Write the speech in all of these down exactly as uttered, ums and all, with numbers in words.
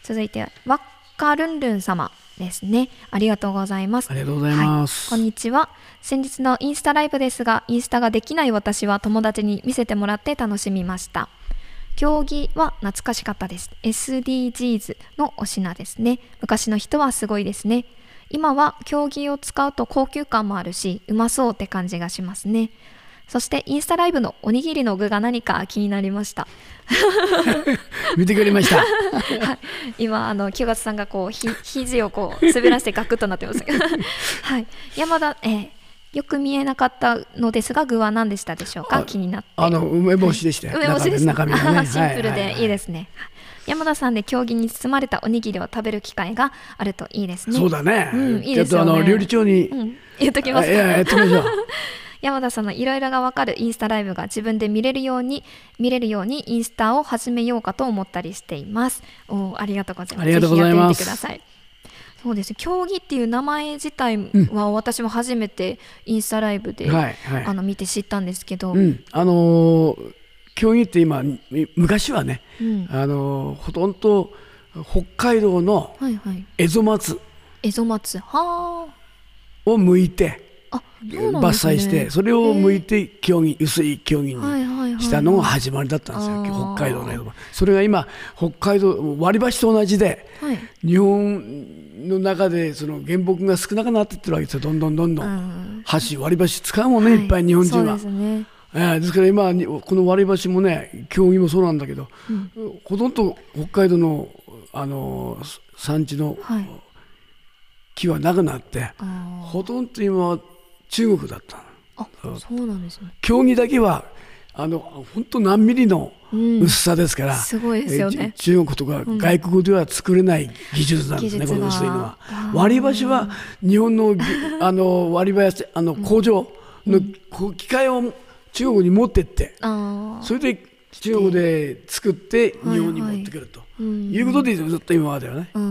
続いてわっかるんるん様ですね。ありがとうございます。 ありがとうございます、 はい、こんにちは。先日のインスタライブですが、インスタができない私は友達に見せてもらって楽しみました。競技は懐かしかったです。 エスディージーズ のお品ですね。昔の人はすごいですね。今は競技を使うと高級感もあるし、うまそうって感じがしますね。そしてインスタライブのおにぎりの具が何か気になりました見てくれました、はい、 今あの清勝さんがこうひ肘をこう滑らせてガクッとなってます、はい、山田、えー、よく見えなかったのですが具は何でしたでしょうか。気になって。 あの梅干しでしたよ、 はい、梅干しでした。 中身がね、 シンプルでいいですね、はいはいはい。山田さんで競技に包まれたおにぎりを食べる機会があるといいですね。 そうだね、うん、いいですよね。 ちょっとあの料理長に、うん、 言っときますか。 いややってみましょう山田さんのいろいろがわかるインスタライブが自分で見れるように見れるようにインスタを始めようかと思ったりしています。おありがとうございます。 ありがとうございます。 ぜひやってみてください。そうです。競技っていう名前自体は私も初めてインスタライブで、うんはいはい、あの見て知ったんですけど、 うん、あのー、競技って今昔はね、うん、あのー、ほとんど北海道のエゾマツ、 エゾマツはを剥いて伐採してそれを剥いて競技薄い競技にしたのが始まりだったんですよ、北海道のエゾマツ。それが今北海道割り箸と同じで、はい、日本の中でその原木が少なくなっていってるわけですよ。どんどんどんどん箸割り箸使うもんね、はい、いっぱい日本人は。そうですね。えー、ですから今この割り箸もね競技もそうなんだけど、うん、ほとんど北海道の、あのー、産地の木はなくなって、はい、ほとんど今は中国だったの。 あ、そうなんですね。 競技だけはあの本当何ミリの薄さですから、うん、 すごいですよね。 中国とか外国では作れない技術なんですね、うん、この薄いのは。割り箸は日本の、あの割り箸あの工場の機械を中国に持ってって、うん、それで中国で作って日本に持ってくると、はいはい、いうことでずっと今まではね、うん、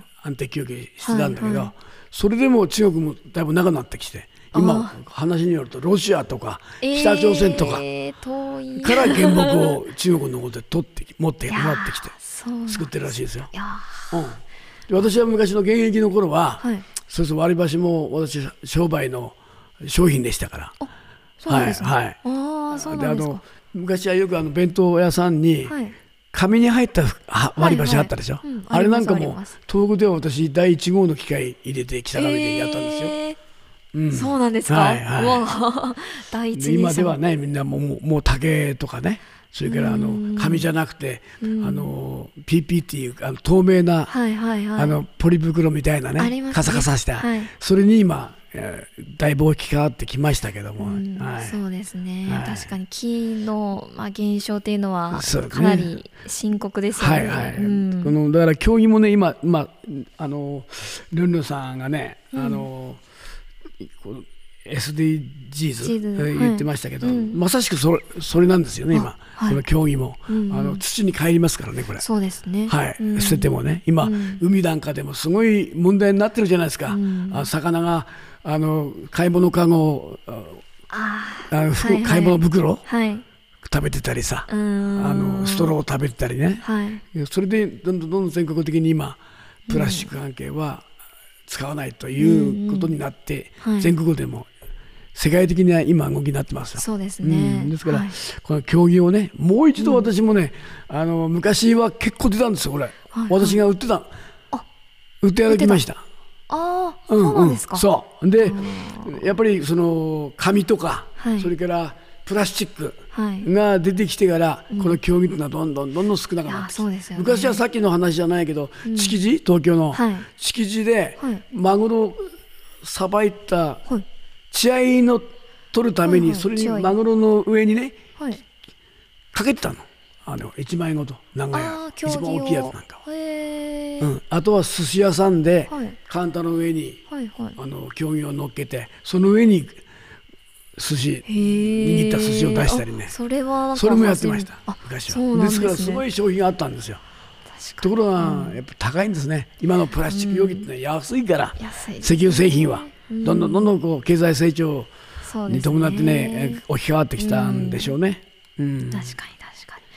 安定供給してたんだけど、はいはい、それでも中国もだいぶなくなってきて、今話によるとロシアとか北朝鮮とかから原木を中国の方で取って持ってもらってきて作ってるらしいですよ。うん、で私は昔の現役の頃は、はい、そうそう割り箸も私商売の商品でしたから。 そうなんですね。 はいはい、 あ、そうなんですか。 昔はよくあの弁当屋さんに紙に入った割り箸あったでしょ、はいはい、うん、あれなんかも東北では私だいいち号の機械入れて北上げてやったんですよ。えーうん、そうなんですか。はいはい、第一今ではねみんなもう、もう竹とかね、それからあの紙じゃなくてあの ピーピー っていうあの透明な、はいはいはい、あのポリ袋みたいな ね, ねカサカサした、はい、それに今だいぶ置き換わってきましたけども、うんはい、そうですね、はい、確かに木の、まあ、減少っていうのはかなり深刻ですよね。はいはい、うん、 このだから競技もね今、まあ、あのルンルンさんがね、うん、あのエスディージーズ 言ってましたけど、はい、うん、まさしくそれ、それなんですよね今、はい、この競技も、うんうん、あの土に帰りますからねこれ。 そうですね、 はい、 うん、 捨ててもね今、うん、海なんかでもすごい問題になってるじゃないですか、うん、あ魚があの買い物かごああ服、はいはい、買い物袋、はい、食べてたりさ、あのストローを食べてたりね、はい、それでどんどんどんどん全国的に今プラスチック関係は使わないということになって、うんうん、全国でも世界的には今動きになってますよ。 そうですね、 うん、ですから、はい、この競技をねもう一度私もね、うん、あの昔は結構出たんですよこれ、はいはい、私が売ってた売っていただきました。 ああ、そうなんですか。 うんうん、そうでやっぱりその紙とか、はい、それからプラスチックが出てきてから、はい、この競技っていうのはどんどんどんどん少なくなってきて、うんね、昔はさっきの話じゃないけど、うん、築地東京の、はい、築地で、はい、マグロをさばいた血合いの取るために、はいはい、それにマグロの上にね、はい、かけてたの、あのいちまいごと長屋一番大きいやつなんかは、うん、あとは寿司屋さんで、はい、カウンターの上に、はいはい、あの競技を乗っけてその上に寿司握った寿司を出したりね、 それはそれもやってました昔は。 で, ですからすごい商品があったんですよ。ところがやっぱ高いんですね今のプラスチック容器ってのは安いから、うん、石油製品はどんどんどんどんこう経済成長に伴ってね置き換わってきたんでしょうね。 うん、確かに確か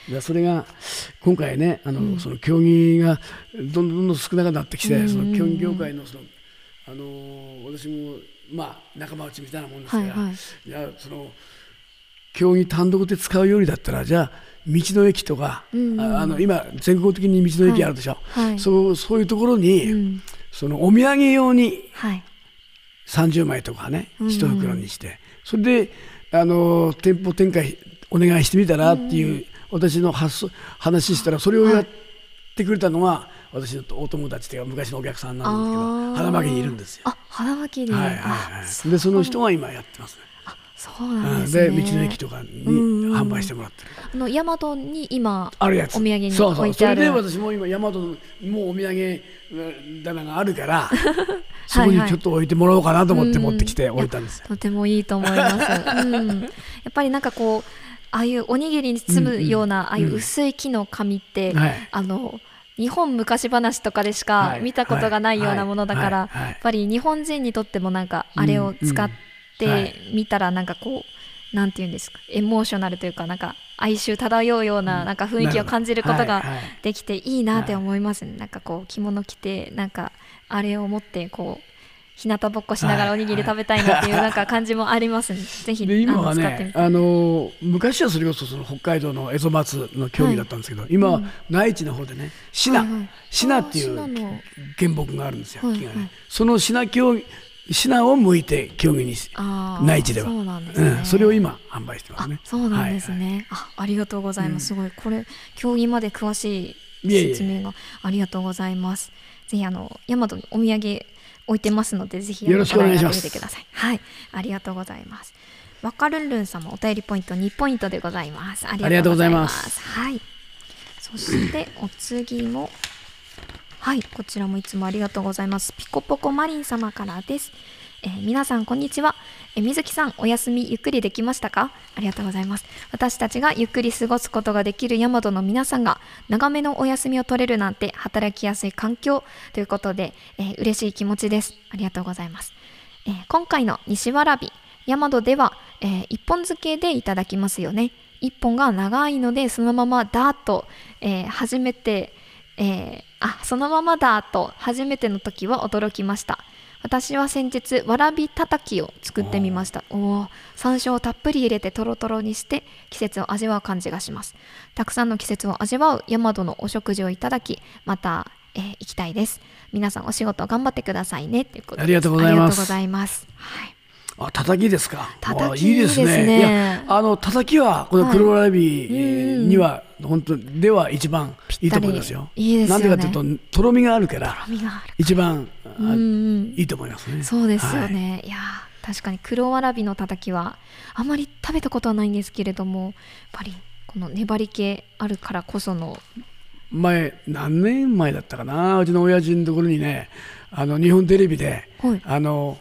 だそれが今回ねあの、うん、その競技がどんどんどんどん少なくなってきて、うん、その競技業界のそのあの私もまあ仲間内みたいなもんですから、はいはい、いやその競技単独で使うよりだったらじゃあ道の駅とか、うんうん、ああの今全国的に道の駅あるでしょ、はいはい、そうそういうところに、うん、そのお土産用にさんじゅうまいとかね、はい、一袋にして、うんうん、それであの店舗展開お願いしてみたらっていう、うんうん、私の発想話したらそれをやってくれたのが、はい、私のお友達というか昔のお客さんなんですけど花巻にいるんですよ。 あ、花巻に、 はいはいはい、でその人が今やってますね。 そうなんですね。 で道の駅とかに販売してもらってる。 あの大和に今あるやつお土産に置いてある。 そうそう。それで私も今大和のもうお土産棚があるからそこにちょっと置いてもらおうかなと思って持ってきて置いたんですよ。 とてもいいと思います。うん、やっぱりなんかこうああいうおにぎりに包むような、うんうん、ああいう薄い木の紙って、うん、あの日本昔話とかでしか見たことがないようなものだから、はいはいはいはい、やっぱり日本人にとってもなんかあれを使って、うんうんで見たらなんかこうなんていうんですかエモーショナルというかなんか哀愁漂うようななんか雰囲気を感じることができていいなって思いますね。なんかこう着物着てなんかあれを持ってこう日向ぼっこしながらおにぎり食べたいなっていうなんか感じもありますね。ぜひで今は使ってみねあの昔はそれこそその北海道の蝦夷松の競技だったんですけど、はい、今は内地の方でねシナ、はいはい、シナっていう原木があるんですよ、はいはい、木がねそのシナ競技シナを向いて競技に内地では そ, うなんです、ねうん、それを今販売してますね。 あそうなんですね、はいはい、あ, ありがとうございます、うん、すごいこれ競技まで詳しい説明がありがとうございます。ぜひあの大和のお土産置いてますのでぜひよろしくお願いします。 てみてください。はい、ありがとうございます。わかるんるん様お便りポイントにポイントでございます。ありがとうございます。はい、そしてお次もはい、こちらもいつもありがとうございます。ピコポコマリン様からです。えー、皆さんこんにちは。えー、水木さんお休みゆっくりできましたか？ありがとうございます。私たちがゆっくり過ごすことができる大和の皆さんが長めのお休みを取れるなんて働きやすい環境ということで、えー、嬉しい気持ちです。ありがとうございます。えー、今回の西わらび大和では、えー、一本漬けでいただきますよね。一本が長いのでそのままダーッと、えー、初めてえー、あそのままだと初めての時は驚きました。私は先日わらびたたきを作ってみました。おー、山椒をたっぷり入れてトロトロにして季節を味わう感じがします。たくさんの季節を味わう大和のお食事をいただきまた、えー、行きたいです。皆さんお仕事頑張ってくださいねということでありがとうございます。 ありがとうございます。はい、 あ、たたきですか。 たたきいいですね。いいですね。 いや、あのたたきはこの黒わらびには、はい、本当では一番いいと思いますよ。 いいですよね。 なんでかというととろみがあるからとろみがある一番いいと思いますね。 そうですよね。はい、いや確かに黒わらびのたたきはあまり食べたことはないんですけれどもやっぱりこの粘り気あるからこその前何年前だったかな、うちの親父のところにねあの日本テレビで、はい、あの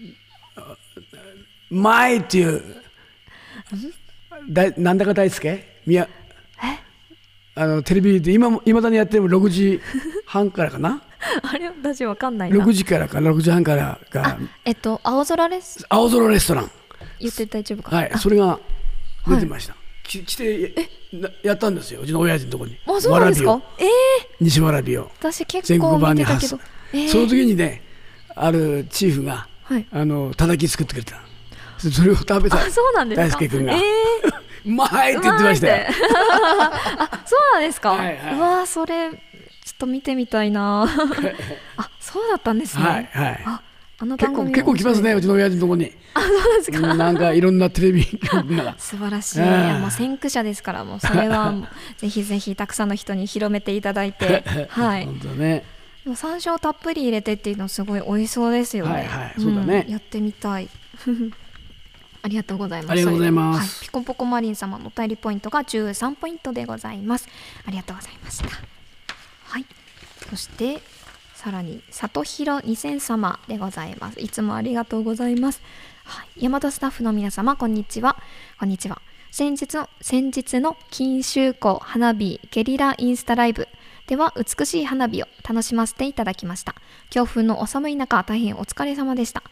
前っていうだなんだか大輔みやあのテレビで今もいまだにやってるろくじはんからかなあれ私わかんないな。 ろくじからかろくじはんからがえっと青空レス青空レストラン言って大丈夫か。 はい、それが出てました。はい、来てやったんですようちの親父のところに。 あ、そうなんですか。えー、 西わらびを私結構見てたけど、 えー、その時にねあるチーフが、はい、あのたたき作ってくれた。それを食べた大輔君が、えー、うまいって言ってましたよ。 あ、そうなんですか。はいはい、うわそれちょっと見てみたいな。あ、そうだったんですね。はいはい、ああの番組結構結構来ますねうちの親父のところに。 あ、そうですか。 なんかいろんなテレビ局が素晴らしい。いやもう先駆者ですからもうそれはぜひぜひたくさんの人に広めていただいてはい。 本当ね。 でも山椒たっぷり入れてっていうのすごい美味しそうですよね。 はいはい、そうだね、 うん、やってみたい。ありがとうございます。 ありがとうございます。 はい、ピコポコマリン様のお便りポイントがじゅうさんポイントでございます。ありがとうございました。はい。そしてさらに里広にせん様でございます。いつもありがとうございます。はい、大和スタッフの皆様こんにちは。こんにちは。先日の先日の金秋湖花火ゲリラインスタライブでは美しい花火を楽しませていただきました。強風のお寒い中大変お疲れ様でした。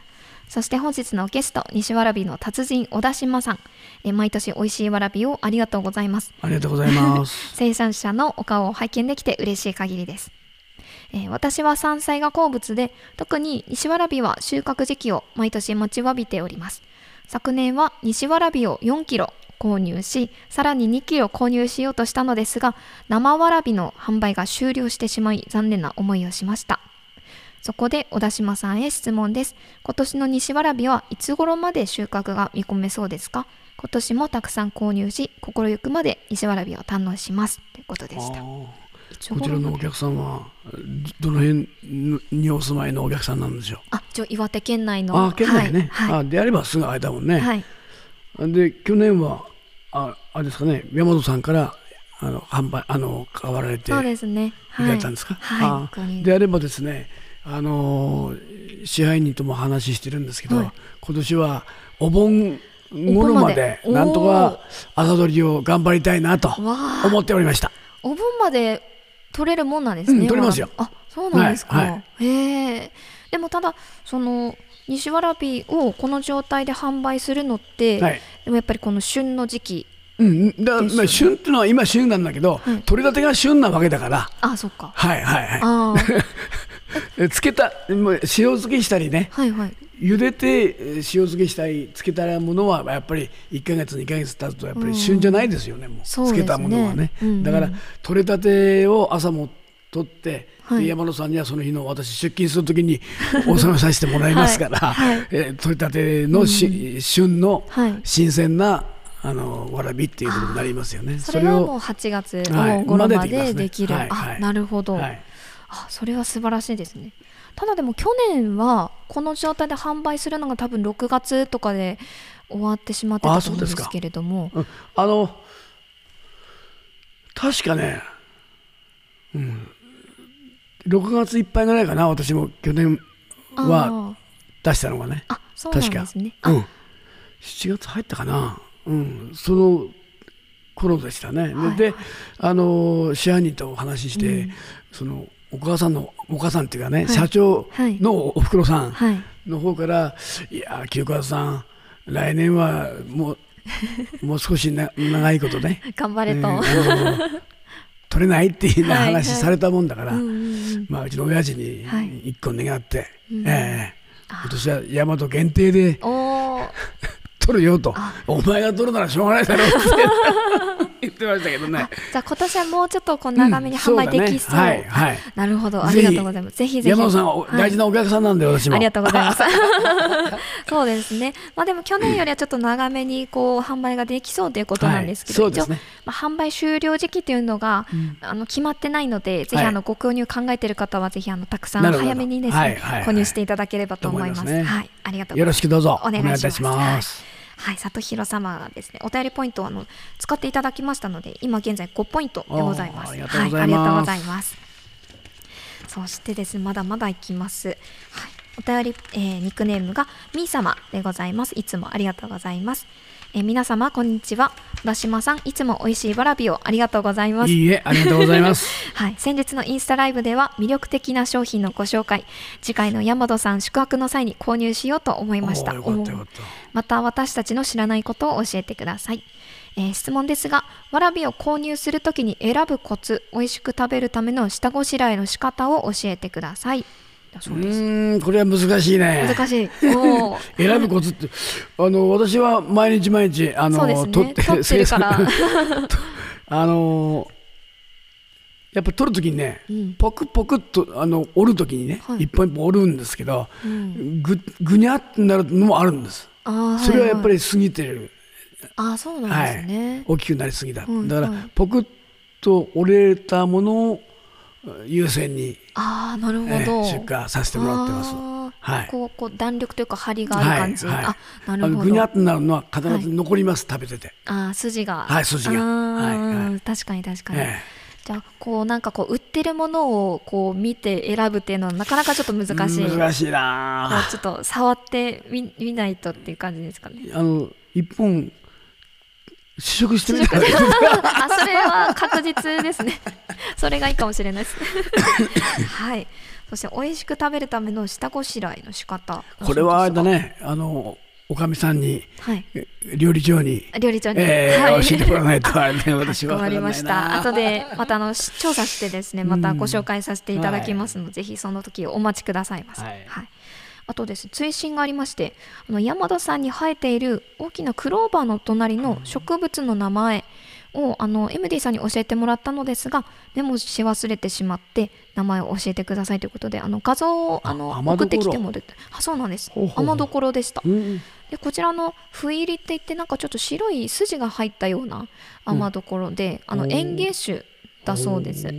そして本日のゲスト、西わらびの達人小田島さん、え毎年美味しいわらびをありがとうございます。 ありがとうございます生産者のお顔を拝見できて嬉しい限りです。えー、私は山菜が好物で、特に西わらびは収穫時期を毎年待ちわびております。昨年は西わらびをよんキロ購入し、さらににキロ購入しようとしたのですが、生わらびの販売が終了してしまい、残念な思いをしました。そこで小田島さんへ質問です。今年の西わらびはいつ頃まで収穫が見込めそうですか？今年もたくさん購入し、心ゆくまで西わらびを堪能しますということでした。 こちらのお客さんはどの辺にお住まいのお客さんなんでしょう？ あ、一応岩手県内の。 あ、県内ね。 はいはい、 あ、であればすぐ会えたもんね。 はい、 で去年はあ、あれですかね、山本さんからあの販売あの買われていかれたんですか？ はいはい、 あであればですね、あの支配人とも話してるんですけど、はい、今年はお盆頃までなんとか朝取りを頑張りたいなと思っておりました。 お盆まで取れるもんなんですね。 うん、取れますよ。 あ、そうなんですか。 はいはい、 へえ。でもただその西わらびをこの状態で販売するのって、はい、でもやっぱりこの旬の時期、 うん、だまあ旬っていうのは今旬なんだけど、はい、取れたてが旬なわけだから。 あ、そっか。 はいはいはい。つけた塩漬けしたりね、はいはい、茹でて塩漬けしたりつけたものはやっぱりいっかげつにかげつ経つとやっぱり旬じゃないですよね、うん、もうつけたものはね、うんうん、だから取れたてを朝も取って、はい、山野さんにはその日の私出勤するときにお納めさせてもらいますから、はいはい、えー、取れたてのし、うん、旬の新鮮なあのわらびっていうことになりますよね。 それはもうはちがつの頃までできる。あ、なるほど、はい、あ、それは素晴らしいですね。ただでも去年はこの状態で販売するのが多分ろくがつとかで終わってしまってたと思うんですけれども、 あ、うん、あの確かね、うん、ろくがついっぱいぐらいかな、私も去年は出したのがね。 あ、そうなんですね。 確か、うん、しちがつ入ったかな、うん、その頃でしたね。はい、で、あの支配人とお話しして、うん、そのお母さんのお母さんっていうかね、はい、社長のおふくろさんの方から、はい、いや清川さん来年はもうもう少しな長いことね頑張れと、えー、取れないっていう話されたもんだから、はいはい、まあ、うちの親父に一個願って、はい、えー、今年は大和限定で取るよと、お前が取るならしょうがないだろうって言ってましたけどね。 じゃあ今年はもうちょっとこう長めに販売できそう。うん、そうだね、はいはい、なるほど、ありがとうございます。ぜひぜひ山野さん、はい、大事なお客さんなんで私もありがとうございますそうですね、まあ、でも去年よりはちょっと長めにこう販売ができそうということなんですけど、はい、そうですね、まあ、販売終了時期というのが、うん、あの決まってないので、ぜひあのご購入考えている方はぜひあのたくさん早めにですね、はいはいはい、購入していただければと思います。はい、はい、ありがとうございます。 よろしくどうぞお願いいたします。 はい、里弘様がですね、お便りポイントをあの使っていただきましたので、今現在ごポイントでございます。 ありがとうございます。 はい、ありがとうございます。そしてですね、まだまだいきます。はい、お便り、えー、ニックネームがみー様でございます。いつもありがとうございます。えー、皆様こんにちは。小田島さん、いつも美味しいわらびをありがとうございます。 いいえ、ありがとうございます。 はい、先日のインスタライブでは魅力的な商品のご紹介、次回の山戸さん宿泊の際に購入しようと思いました。 よかったよかった。 また私たちの知らないことを教えてください。えー、質問ですが、わらびを購入するときに選ぶコツ、美味しく食べるための下ごしらえの仕方を教えてください。 そうです。うーん、これは難しいね。 難しい。お選ぶコツってあの私は毎日毎日あのそうですね、 取って取ってるからあのやっぱ取るときにね、うん、ポクポクっとあの折るときにね、はい、一本一本折るんですけど、うん、ぐぐにゃってなるのもあるんです。あ、それはやっぱり過ぎてる。 あ、そうなんですね。はい、 大きくなりすぎだ。うん、だから、はい、ポクッと折れたものを優先に、 あ、なるほど、えー、出荷させてもらってます。はい、 こうこう弾力というか張りがある感じ。はいはい、あ、なるほど。 ぐにゃってなるのは必ず残ります。はい、食べてて。 あ、筋が。 はい、筋が。はいはい、 確かに確かに。えー、じゃあこうなんかこう売ってるものをこう見て選ぶっていうのはなかなかちょっと難しい。 難しいな。 こうちょっと触ってみ見ないとっていう感じですかね。 あの一本試食してみたらいいあ、それは確実ですねそれがいいかもしれないですはい。そして美味しく食べるための下ごしらえの仕方。 これはあれだね、あのおかみさんに、はい、料理長に料理長に、 えーはい、 教えてもらわないとあれね、私はかしこまりました。後でまたあの調査してですね、またご紹介させていただきますので、うん、ぜひその時お待ちくださいませ。はい、はい。あとですね、追伸がありまして、あの大和さんに生えている大きなクローバーの隣の植物の名前をあの エムディー さんに教えてもらったのですが、メモし忘れてしまって名前を教えてくださいということで、あの画像をあの送ってきてもらって、あ、そうなんです。甘どころでした。うん、でこちらのふ入りって言って、なんかちょっと白い筋が入ったような甘どころで、うん、あの園芸種だそうです。はい。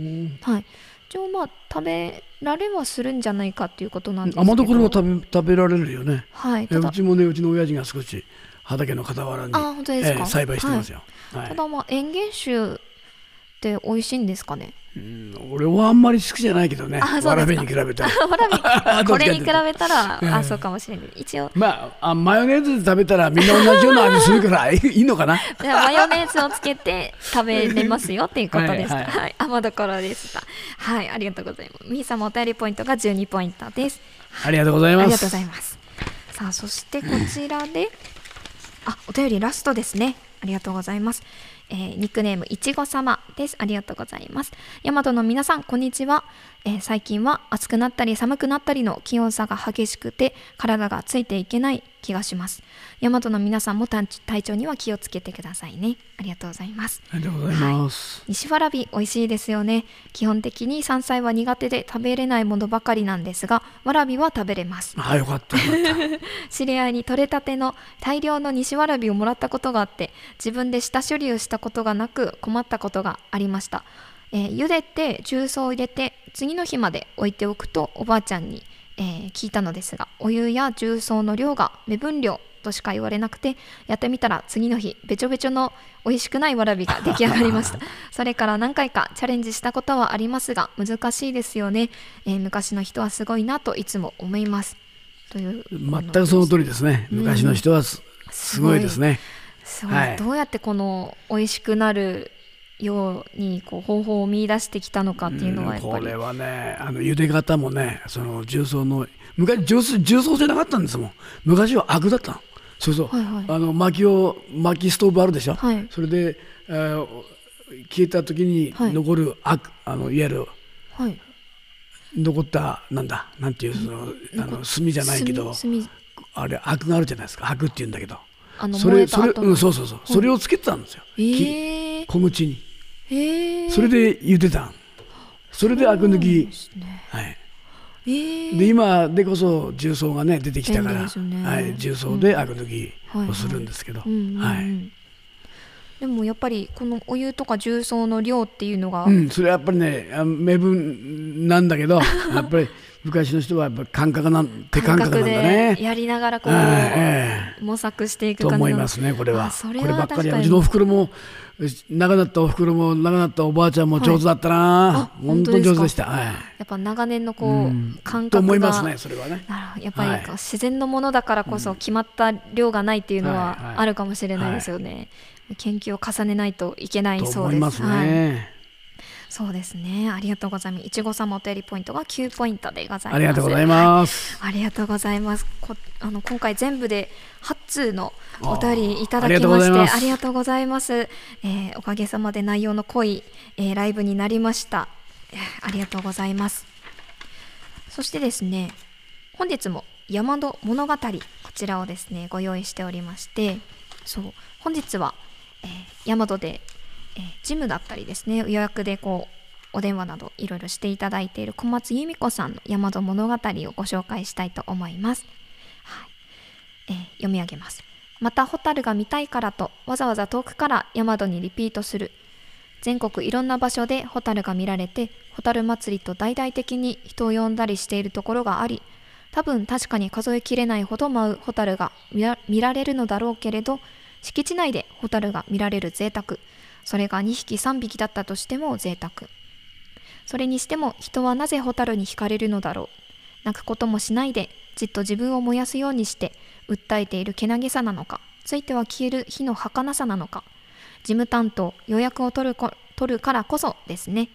一応まあ食べられはするんじゃないかっていうことなんですけど、 甘どころは食べ食べられるよね。 はい。 うちもね、うちの親父が少し畑の傍らに、 あ、本当ですか。 えー、栽培してますよ。 はいはい、ただまあ園芸種って美味しいんですかね。 うん、俺はあんまり好きじゃないけどね。わらびに比べたら。 わらびこれに比べたらあ、そうかもしれない。一応まあ、あマヨネーズで食べたらみんな同じような味するからいいのかな。 マヨネーズをつけて食べれますよっていうことでした。はい、はい、甘どころでした。はい、ありがとうございます。みーさんもお便りポイントがじゅうにポイントです。 ありがとうございます。 ありがとうございます。さあ、そしてこちらであ、お便りラストですね。ありがとうございます。えー、ニックネームいちご様です。ありがとうございます。大和の皆さん、こんにちは。えー、最近は暑くなったり寒くなったりの気温差が激しくて体がついていけない気がします。大和の皆さんも体調には気をつけてくださいね。ありがとうございます。 ありがとうございます。 はい、西わらび美味しいですよね。基本的に山菜は苦手で食べれないものばかりなんですが、わらびは食べれます。 あ、よかったよかった知り合いに採れたての大量の西わらびをもらったことがあって、自分で下処理をしたことがなく困ったことがありました。えー、茹でて重曹を入れて次の日まで置いておくとおばあちゃんに、えー、聞いたのですが、お湯や重曹の量が目分量としか言われなくて、やってみたら次の日べちょべちょの美味しくないわらびが出来上がりましたそれから何回かチャレンジしたことはありますが難しいですよね。えー、昔の人はすごいなといつも思いますという。 全くその通りですね。昔の人は す,、うん、すごいですね。 すごい、はい、どうやってこの美味しくなるようにこう方法を見出してきたのかっていうのはやっぱり、 うん、これはね、あの茹で方もね、その重曹の昔重曹、重曹じゃなかったんですもん。昔はアクだったの。そうそう、はいはい、あの薪を薪ストーブあるでしょ、はい、それで、えー、消えた時に残るアク、はい、あのいわゆる、はい、残ったなんだなんていうそのあの炭じゃないけど、あれアクがあるじゃないですか。アクっていうんだけど、 あのそれそれ、うん、そうそうそう、はい、それをつけてたんですよ、 えー、 小口に、 えー、 それで茹でた。それでアク抜き、ね、はい、えー、で今でこそ重曹がね出てきたから、ね、はい、重曹でアク抜きをするんですけど、 でもやっぱりこのお湯とか重曹の量っていうのが、 うん、それはやっぱりね目分なんだけどやっぱり昔の人はやっぱ感覚なん手感覚なんだね。 でやりながらこう、えー、模索していく感じと思いますね。これはこればっかりはうちのおふくろも長なったおふくろも長なったおばあちゃんも上手だったな、はい、本当に上手でした、はい、 やっぱ長年のこう、うん、感覚がと思いますね。それはね、 やっぱり、はい、自然のものだからこそ決まった量がないっていうのはあるかもしれないですよね、はいはい、研究を重ねないといけないそうです。と思いますね、はい、そうですね。ありがとうございます。いちごさんもお便りポイントがきゅうポイントでございます。 ありがとうございます、 はい、ありがとうございます。こあの今回全部ではち通のお便りいただきましてありがとうございます。えー、おかげさまで内容の濃い、えー、ライブになりました、えー、ありがとうございます。そしてですね、本日も山戸物語、こちらをですねご用意しておりまして、そう本日は、えー、大和で、えー、ジムだったりですね、予約でこうお電話などいろいろしていただいている小松由美子さんの大和物語をご紹介したいと思います。はい、えー、読み上げます。またホタルが見たいからとわざわざ遠くから大和にリピートする。全国いろんな場所でホタルが見られて、ホタル祭りと大々的に人を呼んだりしているところがあり、多分確かに数えきれないほど舞うホタルが見 ら, 見られるのだろうけれど、敷地内でホタルが見られる贅沢、それがにひきさんびきだったとしても贅沢。それにしても人はなぜホタルに惹かれるのだろう。泣くこともしないでじっと自分を燃やすようにして訴えているけなげさなのか、ついては消える火の儚さなのか、事務担当予約を取るこ取るからこそですね。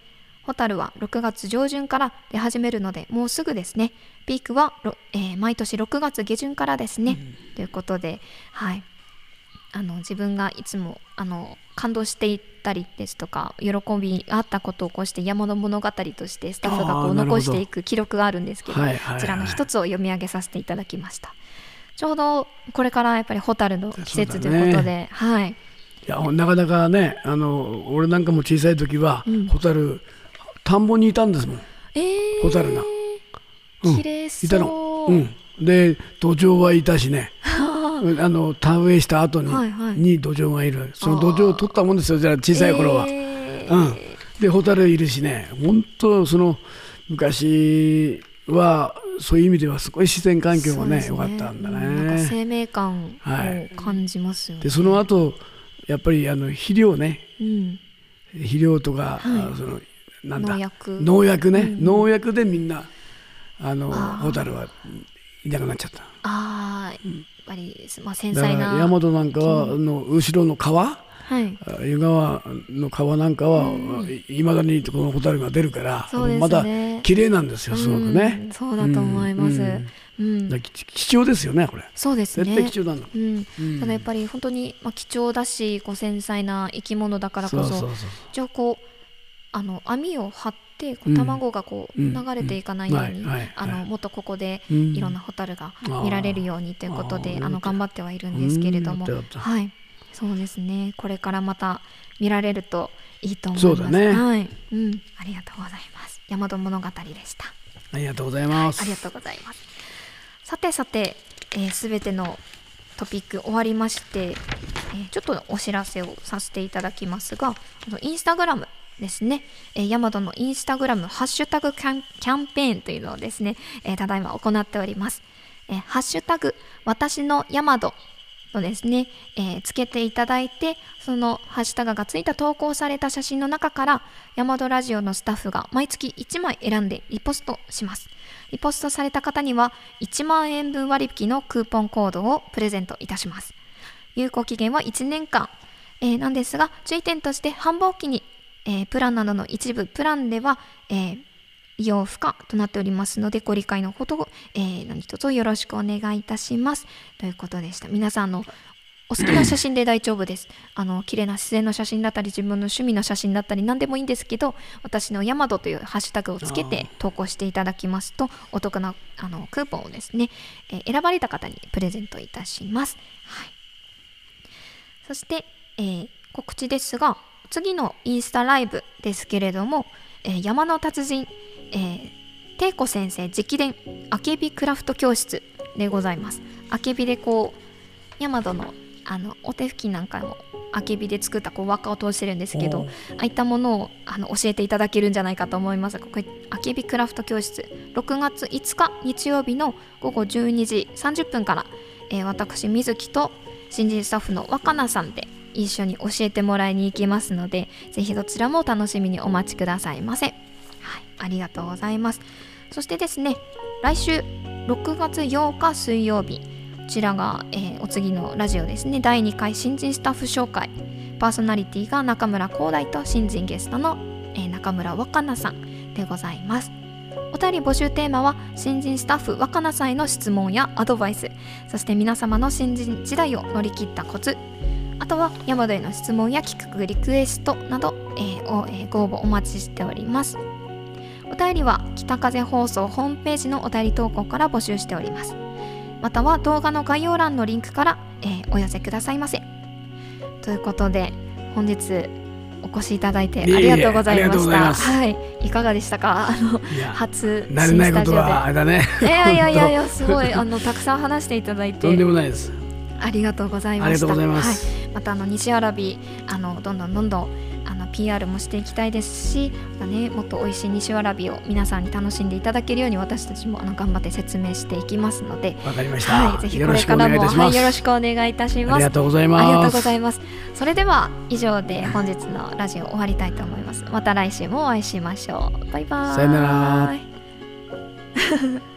ホタルはろくがつ上旬から出始めるのでもうすぐですね。ピークは、えー、毎年ろくがつ下旬からですね、うん、ということで、はい、あの自分がいつもあの感動していったりですとか喜びがあったことをこうして山の物語としてスタッフがこう残していく記録があるんですけど、はいはいはい、こちらの一つを読み上げさせていただきました。ちょうどこれからやっぱりホタルの季節ということで、ね、はい、 いやなかなかね、あの俺なんかも小さい時は、うん、ホタル田んぼにいたんですもん、 えー、 ホタルが、 うん、綺麗そう、 いたの、うん、で土壌はいたしねあの田植えした後に、はいはい、に土壌がいる、その土壌を取ったもんですよ、じゃあ小さい頃は、えーうん、でホタルいるしね、本当その昔はそういう意味ではすごい自然環境が ね, ね良かったんだね、うん、 なんか生命感を感じますよね、 はい、でその後やっぱりあの肥料ね、うん、肥料とか、はい、そのなんだ農薬農薬ね、うん、農薬でみんなあのホタルはいなくなっちゃった。 あ、うん、やっぱり、まあ、繊細な大和なんかはの後ろの川、はい、湯川の川なんかはいま、うん、だにこのホタルが出るから、ね、まだ綺麗なんですよ、すごくね、 うん、そうだと思います、うんうん、貴重ですよねこれ。 そうですね、 絶対貴重なの、 うんうん、ただやっぱり本当に、まあ、貴重だしこう繊細な生き物だからこそ、そうそうそうそう、じゃあこうあの網を張ってこう卵がこう流れていかないように、あのもっとここでいろんなホタルが見られるようにということで、あの頑張ってはいるんですけれども、はい、そうですね、これからまた見られるといいと思います。 そうだね、 はい、うん、ありがとうございます。大和物語でした。 ありがとうございます、 はい、ありがとうございます。さてさて、すべ、えー、てのトピック終わりまして、えー、ちょっとお知らせをさせていただきますが、インスタグラムですね、えー、ヤマドのインスタグラムハッシュタグキャン、キャンペーンというのをですね、えー、ただいま行っております。えー、ハッシュタグ私のヤマドとですね、えー、つけていただいて、そのハッシュタグがついた投稿された写真の中からヤマドラジオのスタッフが毎月いちまい選んでリポストします。リポストされた方にはいちまんえんぶん割引のクーポンコードをプレゼントいたします。有効期限はいちねんかん、えー、なんですが、注意点として繁忙期にえー、プランなどの一部プランでは、えー、利用不可となっておりますので、ご理解のほど、えー、何卒よろしくお願いいたしますということでした。皆さんのお好きな写真で大丈夫です。あの綺麗な自然の写真だったり自分の趣味の写真だったり何でもいいんですけど、私のヤマドというハッシュタグをつけて投稿していただきますとお得なあのクーポンをですね、えー、選ばれた方にプレゼントいたします。はい、そして、えー、告知ですが、次のインスタライブですけれども、えー、山の達人、えー、テイコ先生直伝あけびクラフト教室でございます。あけびでこうヤマドのあのお手拭きなんかもあけびで作ったこう輪っかを通してるんですけど、ああいったものをあの教えていただけるんじゃないかと思います。これあけびクラフト教室ろくがついつか日曜日のごごじゅうにじさんじゅっぷんから、えー、私水木と新人スタッフの若菜さんで一緒に教えてもらいに行きますので、ぜひどちらもお楽しみにお待ちくださいませ。はい、ありがとうございます。そしてですね、来週ろくがつようか水曜日、こちらが、えー、お次のラジオですね、だいにかい新人スタッフ紹介、パーソナリティが中村光大と新人ゲストの、えー、中村若菜さんでございます。お便り募集テーマは新人スタッフ若菜さんへの質問やアドバイス、そして皆様の新人時代を乗り切ったコツ、あとはヤマドへの質問や企画リクエストなど、えーをえー、ご応募お待ちしております。お便りは北風放送ホームページのお便り投稿から募集しております。または動画の概要欄のリンクから、えー、お寄せくださいませ。ということで本日お越しいただいてありがとうございました。はい、いかがでしたか？あの初新スタジオで。慣れないことはあれだね。いやいやいやいや、すごいあのたくさん話していただいて。 とんでもないです。 ありがとうございました。 ありがとうございます。 はい、またあの西わらびあのどんどんどんどんあの ピーアール もしていきたいですし、またね、もっと美味しい西わらびを皆さんに楽しんでいただけるように私たちもあの頑張って説明していきますので。 わかりました。 はい、ぜひこれからもはい、よろしくお願いいたします。 ありがとうございます。 ありがとうございます。それでは以上で本日のラジオ終わりたいと思います。また来週もお会いしましょう。バイバイ。 さよなら。